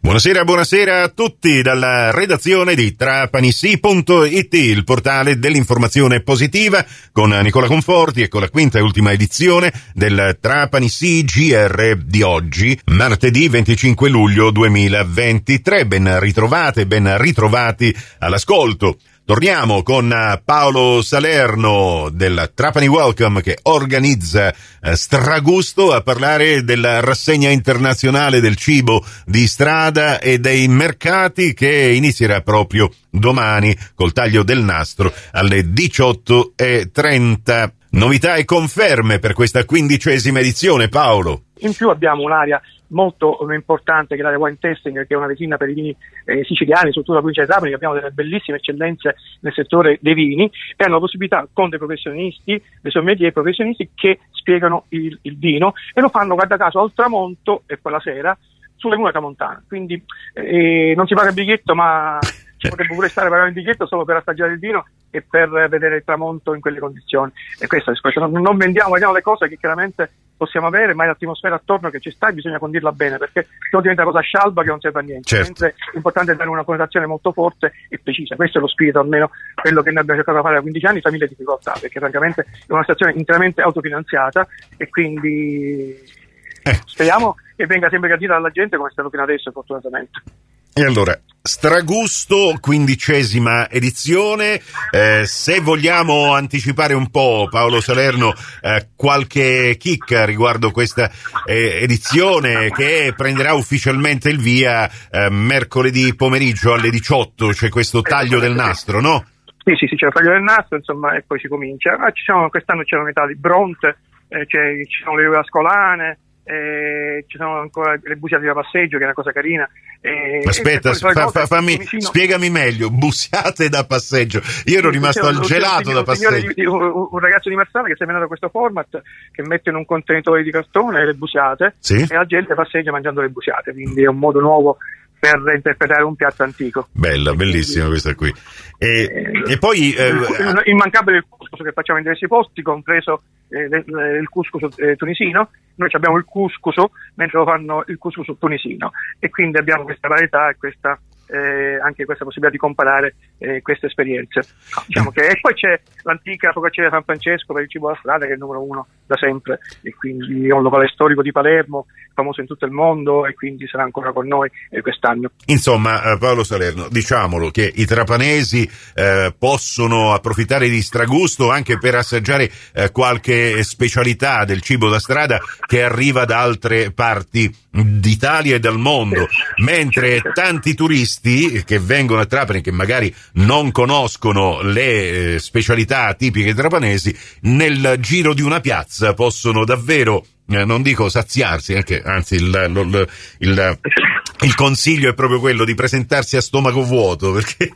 Buonasera a tutti dalla redazione di TrapaniSì.it, il portale dell'informazione positiva, con Nicola Conforti e con la quinta e ultima edizione del Trapani Sì GR di oggi, martedì 25 luglio 2023. Ben ritrovate, ben ritrovati all'ascolto. Torniamo con Paolo Salerno del Trapani Welcome, che organizza Stragusto, a parlare della rassegna internazionale del cibo di strada e dei mercati, che inizierà proprio domani col taglio del nastro alle 18:30. Novità e conferme per questa 15ª edizione, Paolo. In più abbiamo un'area molto importante, che è l'area wine tasting, che è una vetrina per i vini siciliani, soprattutto la provincia di Trapani, che abbiamo delle bellissime eccellenze nel settore dei vini, e hanno la possibilità, con dei professionisti, dei sommelier professionisti, che spiegano il vino, e lo fanno, guarda caso, al tramonto e poi la sera sulle mura tramontane. Quindi non si paga il biglietto, ma ci potrebbe pure stare pagare il biglietto solo per assaggiare il vino e per vedere il tramonto in quelle condizioni. E questo è questo. Non vendiamo le cose che chiaramente possiamo avere, ma è l'atmosfera attorno che ci sta, e bisogna condirla bene, perché se no diventa una cosa scialba che non serve a niente. Certo. Mentre è importante dare una connotazione molto forte e precisa. Questo è lo spirito, almeno quello che noi abbiamo cercato di fare da 15 anni, tra mille difficoltà, perché francamente è una stazione interamente autofinanziata, e quindi speriamo che venga sempre gradita dalla gente, come è stato fino adesso, fortunatamente. E allora, Stragusto, 15ª edizione. Se vogliamo anticipare un po', Paolo Salerno, qualche chicca riguardo questa edizione, che prenderà ufficialmente il via mercoledì pomeriggio alle 18, c'è questo taglio del nastro, no? Sì, c'è il taglio del nastro, insomma, e poi si comincia. Quest'anno c'erano metà di Bronte, ci sono le uve ascolane, ci sono ancora le busiate da passeggio, che è una cosa carina. Aspetta, spiegami meglio, busiate da passeggio. Io ero rimasto al gelato da passeggio. Un ragazzo di Marsala che si è inventato questo format, che mette in un contenitore di cartone le busiate, sì? E la gente passeggia mangiando le busiate, quindi è un modo nuovo per interpretare un piatto antico. Bellissima questa qui. E poi immancabile il couscous, che facciamo in diversi posti, compreso il couscous tunisino. Noi abbiamo il couscous, mentre lo fanno il couscous tunisino, e quindi abbiamo questa varietà e questa anche questa possibilità di comparare queste esperienze. Diciamo che, e poi c'è l'antica focacceria San Francesco per il cibo da strada, che è il numero uno da sempre, e quindi è un locale storico di Palermo, famoso in tutto il mondo, e quindi sarà ancora con noi quest'anno. Insomma, Paolo Salerno, diciamolo che i trapanesi possono approfittare di Stragusto anche per assaggiare qualche specialità del cibo da strada che arriva da altre parti d'Italia e dal mondo, mentre tanti turisti che vengono a Trapani, che magari non conoscono le specialità tipiche trapanesi, nel giro di una piazza possono davvero, non dico saziarsi, anzi il consiglio è proprio quello di presentarsi a stomaco vuoto, perché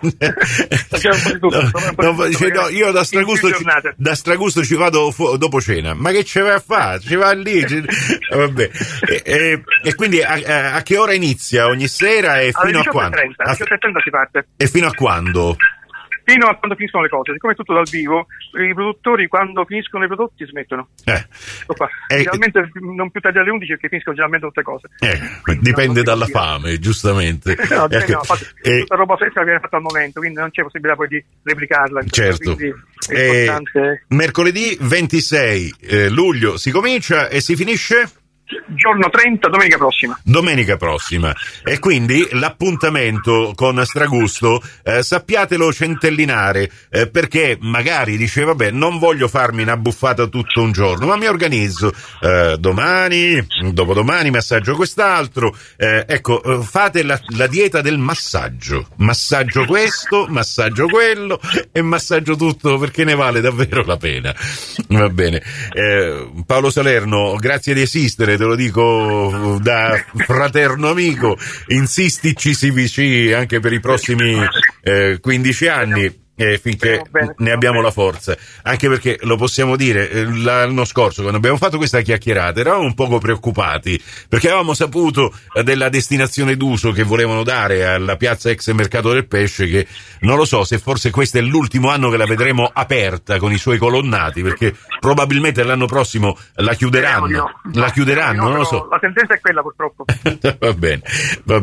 io da Stragusto ci vado dopo cena. Ma che ci vai a fare? Ci va lì, vabbè. E quindi a che ora inizia ogni sera e fino a quando? Alle 18:30 si parte. E fino a quando? Fino a quando finiscono le cose. Siccome è tutto dal vivo, i produttori, quando finiscono i prodotti, smettono. Generalmente non più tardi alle 11, perché finiscono generalmente tutte cose. Dipende dalla fame, giustamente. Tutta roba fresca viene fatta al momento, quindi non c'è possibilità poi di replicarla. Certo. È importante. Mercoledì 26 luglio si comincia e si finisce? Giorno 30, domenica prossima. E quindi l'appuntamento con Stragusto, sappiatelo centellinare, perché magari dice vabbè, non voglio farmi una buffata tutto un giorno, ma mi organizzo domani, dopodomani mi assaggio quest'altro, fate la dieta del massaggio questo, massaggio quello e massaggio tutto, perché ne vale davvero la pena. Va bene. Paolo Salerno, grazie di esistere, te lo dico da fraterno amico, insistici vicini anche per i prossimi 15 anni. Finché ne abbiamo la forza, anche perché lo possiamo dire, l'anno scorso quando abbiamo fatto questa chiacchierata eravamo un poco preoccupati, perché avevamo saputo della destinazione d'uso che volevano dare alla piazza ex Mercato del Pesce, che non lo so se forse questo è l'ultimo anno che la vedremo aperta con i suoi colonnati, perché probabilmente l'anno prossimo la chiuderanno, non lo so. La sentenza è quella, purtroppo. Va bene.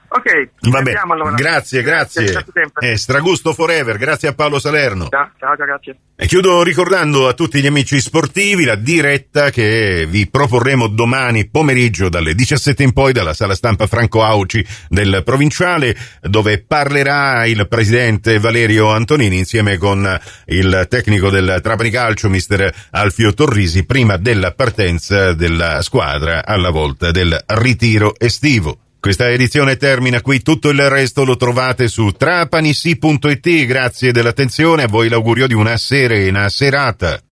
Ok, vabbè, allora. Grazie. Stragusto forever, grazie a Paolo Salerno. Ciao, grazie. E chiudo ricordando a tutti gli amici sportivi la diretta che vi proporremo domani pomeriggio dalle 17 in poi dalla sala stampa Franco Auci del Provinciale, dove parlerà il presidente Valerio Antonini insieme con il tecnico del Trapani Calcio, mister Alfio Torrisi, prima della partenza della squadra alla volta del ritiro estivo. Questa edizione termina qui, tutto il resto lo trovate su trapanisi.it. Grazie dell'attenzione, a voi l'augurio di una serena serata.